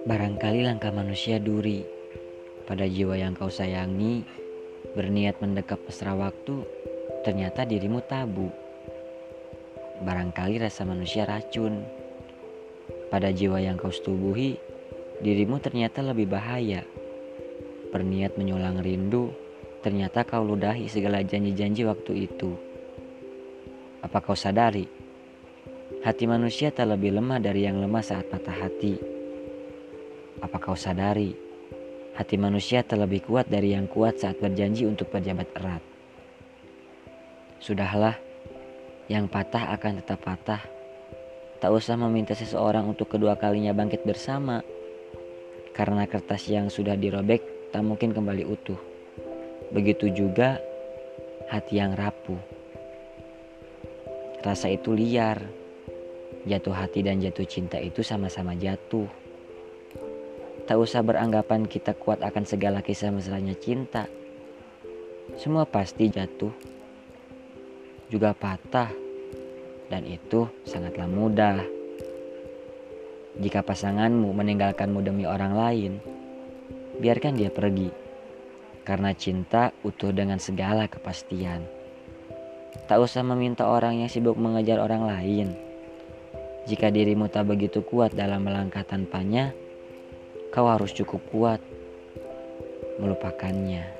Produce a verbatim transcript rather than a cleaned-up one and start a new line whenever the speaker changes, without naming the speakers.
Barangkali langkah manusia duri pada jiwa yang kau sayangi, berniat mendekap mesra waktu, ternyata dirimu tabu. Barangkali rasa manusia racun pada jiwa yang kau setubuhi, dirimu ternyata lebih bahaya. Berniat menyulang rindu, ternyata kau ludahi segala janji-janji waktu itu. Apa kau sadari? Hati manusia tak lebih lemah dari yang lemah saat patah hati. Apa kau sadari? Hati manusia tak lebih kuat dari yang kuat saat berjanji untuk berjabat erat. Sudahlah, yang patah akan tetap patah. Tak usah meminta seseorang untuk kedua kalinya bangkit bersama. Karena kertas yang sudah dirobek tak mungkin kembali utuh. Begitu juga hati yang rapuh. Rasa itu liar. Jatuh hati dan jatuh cinta itu sama-sama jatuh. Tak usah beranggapan kita kuat akan segala kisah mesranya cinta. Semua pasti jatuh, juga patah, dan itu sangatlah mudah. Jika pasanganmu meninggalkanmu demi orang lain, biarkan dia pergi. Karena cinta utuh dengan segala kepastian. Tak usah meminta orang yang sibuk mengejar orang lain. Jika dirimu tak begitu kuat dalam melangkah tanpanya, kau harus cukup kuat melupakannya.